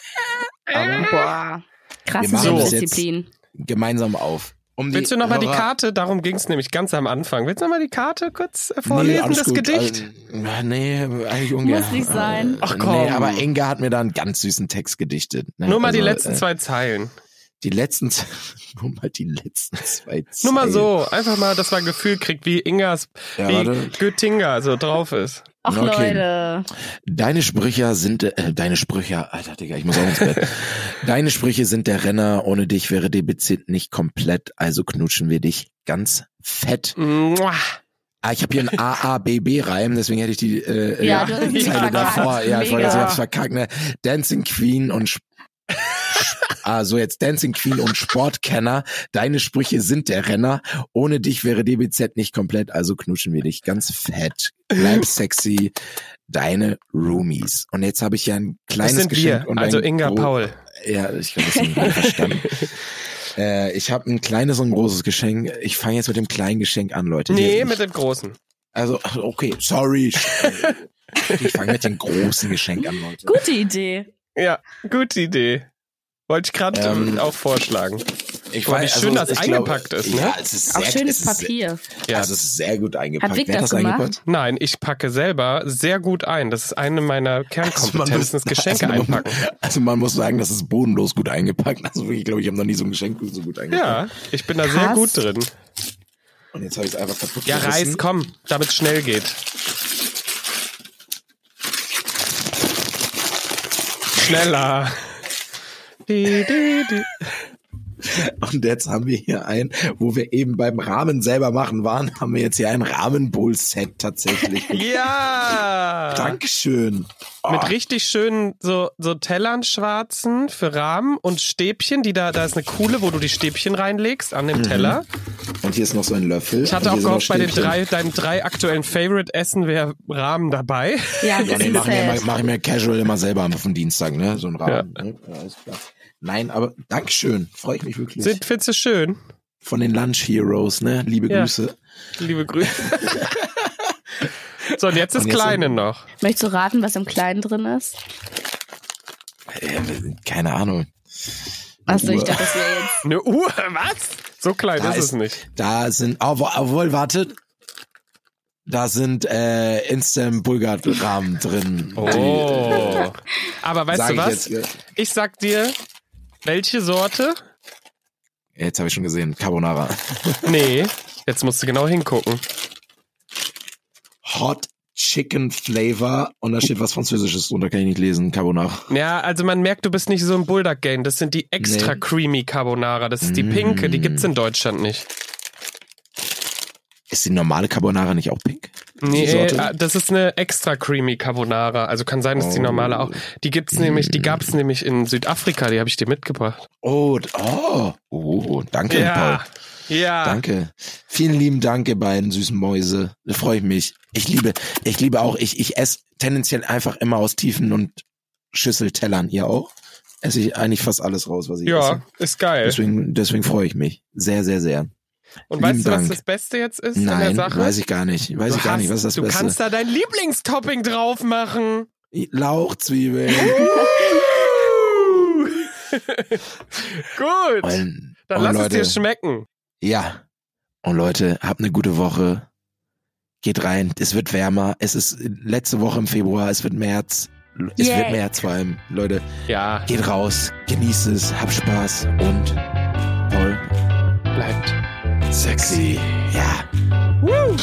aber Boah. Wir Krasse machen das Disziplin. gemeinsam auf. Um Willst du nochmal die Hörer- Karte? Darum ging es nämlich ganz am Anfang. Willst du nochmal die Karte kurz äh, Nee, vorlesen, alles das gut. Gedicht? Also, nee, eigentlich ungern. Muss nicht sein. Ach, Nee, komm. aber Inga hat mir da einen ganz süßen Text gedichtet. Ne? Nur mal die Also, letzten äh, zwei Zeilen. Die letzten, z- nur mal die letzten zwei Zeilen. Nur mal so, einfach mal, dass man ein Gefühl kriegt, wie Ingas, Ja, wie warte. Göttinger so drauf ist. Ach Okay. Leute. Deine Sprüche sind, äh, deine Sprüche, Alter Digga, ich muss auch ins Bett. Deine Sprüche sind der Renner, ohne dich wäre D B Z nicht komplett, also knutschen wir dich ganz fett. Mua. Ah, ich habe hier einen A A B B-Reim, deswegen hätte ich die äh, Ja, du hast die es Zeile verkackt. davor, ja, ich wollte Mega. das, ich hab's verkackt, ne? Dancing Queen und Sp- Ah, so jetzt Dancing Queen und Sportkenner. Deine Sprüche sind der Renner. Ohne dich wäre D B Z nicht komplett, also knutschen wir dich ganz fett. Bleib sexy. Deine Roomies. Und jetzt habe ich ja ein Das kleines sind Geschenk. wir, und also ein Inga gro- Paul. Ja, ich glaube, das haben wir verstanden. äh, ich habe ein kleines und ein großes Geschenk. Ich fange jetzt mit dem kleinen Geschenk an, Leute. Nee, Hier, mit dem Großen. also, ach, okay, sorry. Ich fange mit dem großen Geschenk an, Leute. Gute Idee. Ja, gute Idee. Wollte ich gerade Ähm, ähm, auch vorschlagen. Ich Boah, wie schön das ich eingepackt ist, ne? Ja, es ist Auch sehr, schönes es ist Papier. Sehr, Ja. also es ist sehr gut eingepackt. Hat Vic Wer hat das das gemacht? eingepackt? Nein, ich packe selber sehr gut ein. Das ist eine meiner Kernkompetenzen, das Geschenke also man, einpacken. Also man muss sagen, das ist bodenlos gut eingepackt. Also wirklich, glaube ich, habe noch nie so ein Geschenk so gut eingepackt. Ja, ich bin da sehr Krass. gut drin. Und jetzt habe ich es einfach kaputt Ja, gerissen. reiß, komm, damit es schnell geht. Schneller. Die, die, die. Und jetzt haben wir hier ein, wo wir eben beim Rahmen selber machen waren, haben wir jetzt hier ein Rahmenbowl-Set tatsächlich. Ja. Dankeschön. Oh, Mit richtig schönen so, so Tellern schwarzen für Rahmen und Stäbchen, die da, da ist eine Kuhle, wo du die Stäbchen reinlegst an dem Teller. und hier ist noch so ein Löffel. Ich hatte und auch hier sind gehofft, noch bei den Stäbchen. drei, deinen drei aktuellen Favorite-Essen wäre Rahmen dabei. Ja, ein Ja, nee, bisschen mach ich, mir, sad. immer- mach ich mir casual immer selber auf den Dienstag, ne? So ein Rahmen. Ne? Ja, ist klar. Nein, aber Dankeschön. Freue ich mich wirklich. Sind, findest du schön? Von den Lunch Heroes, ne? Liebe Ja. Grüße. Liebe Grüße. So, und jetzt das Und jetzt Kleine noch- noch. Möchtest du raten, was im Kleinen drin ist? Äh, keine Ahnung. Achso, ich Uhr. dachte, das wäre jetzt. Eine Uhr, was? So klein Da ist, ist- es nicht. Da sind, obwohl, obwohl wartet, da sind äh, Instant Bulgar-Rahmen drin. Oh. Aber weißt Sag du ich was? jetzt, ja. Ich sag dir, welche Sorte? Jetzt habe ich schon gesehen, Carbonara. Nee, jetzt musst du genau hingucken. Hot Chicken Flavor und da steht was Französisches drunter, kann ich nicht lesen, Carbonara. Ja, also man merkt, du bist nicht so im Bulldog-Game. Das sind die extra Nee. creamy Carbonara. Das ist die Mm. pinke, die gibt's in Deutschland nicht. Ist die normale Carbonara nicht auch pink? Nee, Die Sorte? äh, das ist eine extra creamy Carbonara. Also kann sein, dass die Oh. normale auch. Die gibt's nämlich, die gab's nämlich in Südafrika. Die habe ich dir mitgebracht. Oh, d- oh, oh, danke, Paul. ja. Danke. Vielen lieben Dank, ihr beiden süßen Mäuse. Da freue ich mich. Ich liebe, ich liebe auch, ich, ich esse tendenziell einfach immer aus Tiefen und Schüsseltellern. Ihr auch? esse ich eigentlich fast alles raus, was ich Ja, esse. ist geil. Deswegen, deswegen freue ich mich. Sehr, sehr, sehr. Und Lieben weißt du, was Dank. das Beste jetzt ist an der Nein, Sache? weiß ich gar nicht. Weiß Du ich gar hast- nicht, was ist das Du Beste? kannst da dein Lieblingstopping drauf machen. Lauchzwiebeln. Gut. Und, Dann und lass Leute, es dir schmecken. Ja. Und Leute, habt eine gute Woche. Geht rein. Es wird wärmer. Es ist letzte Woche im Februar. Es wird März. Es Yay. wird März vor allem. Leute, Ja, geht raus. Genießt es. Habt Spaß. Und Paul, bleibt. sexy. Ja. Woo.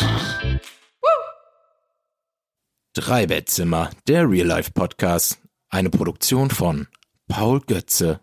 Drei Bettzimmer, der Real Life Podcast. Eine Produktion von Paul Götze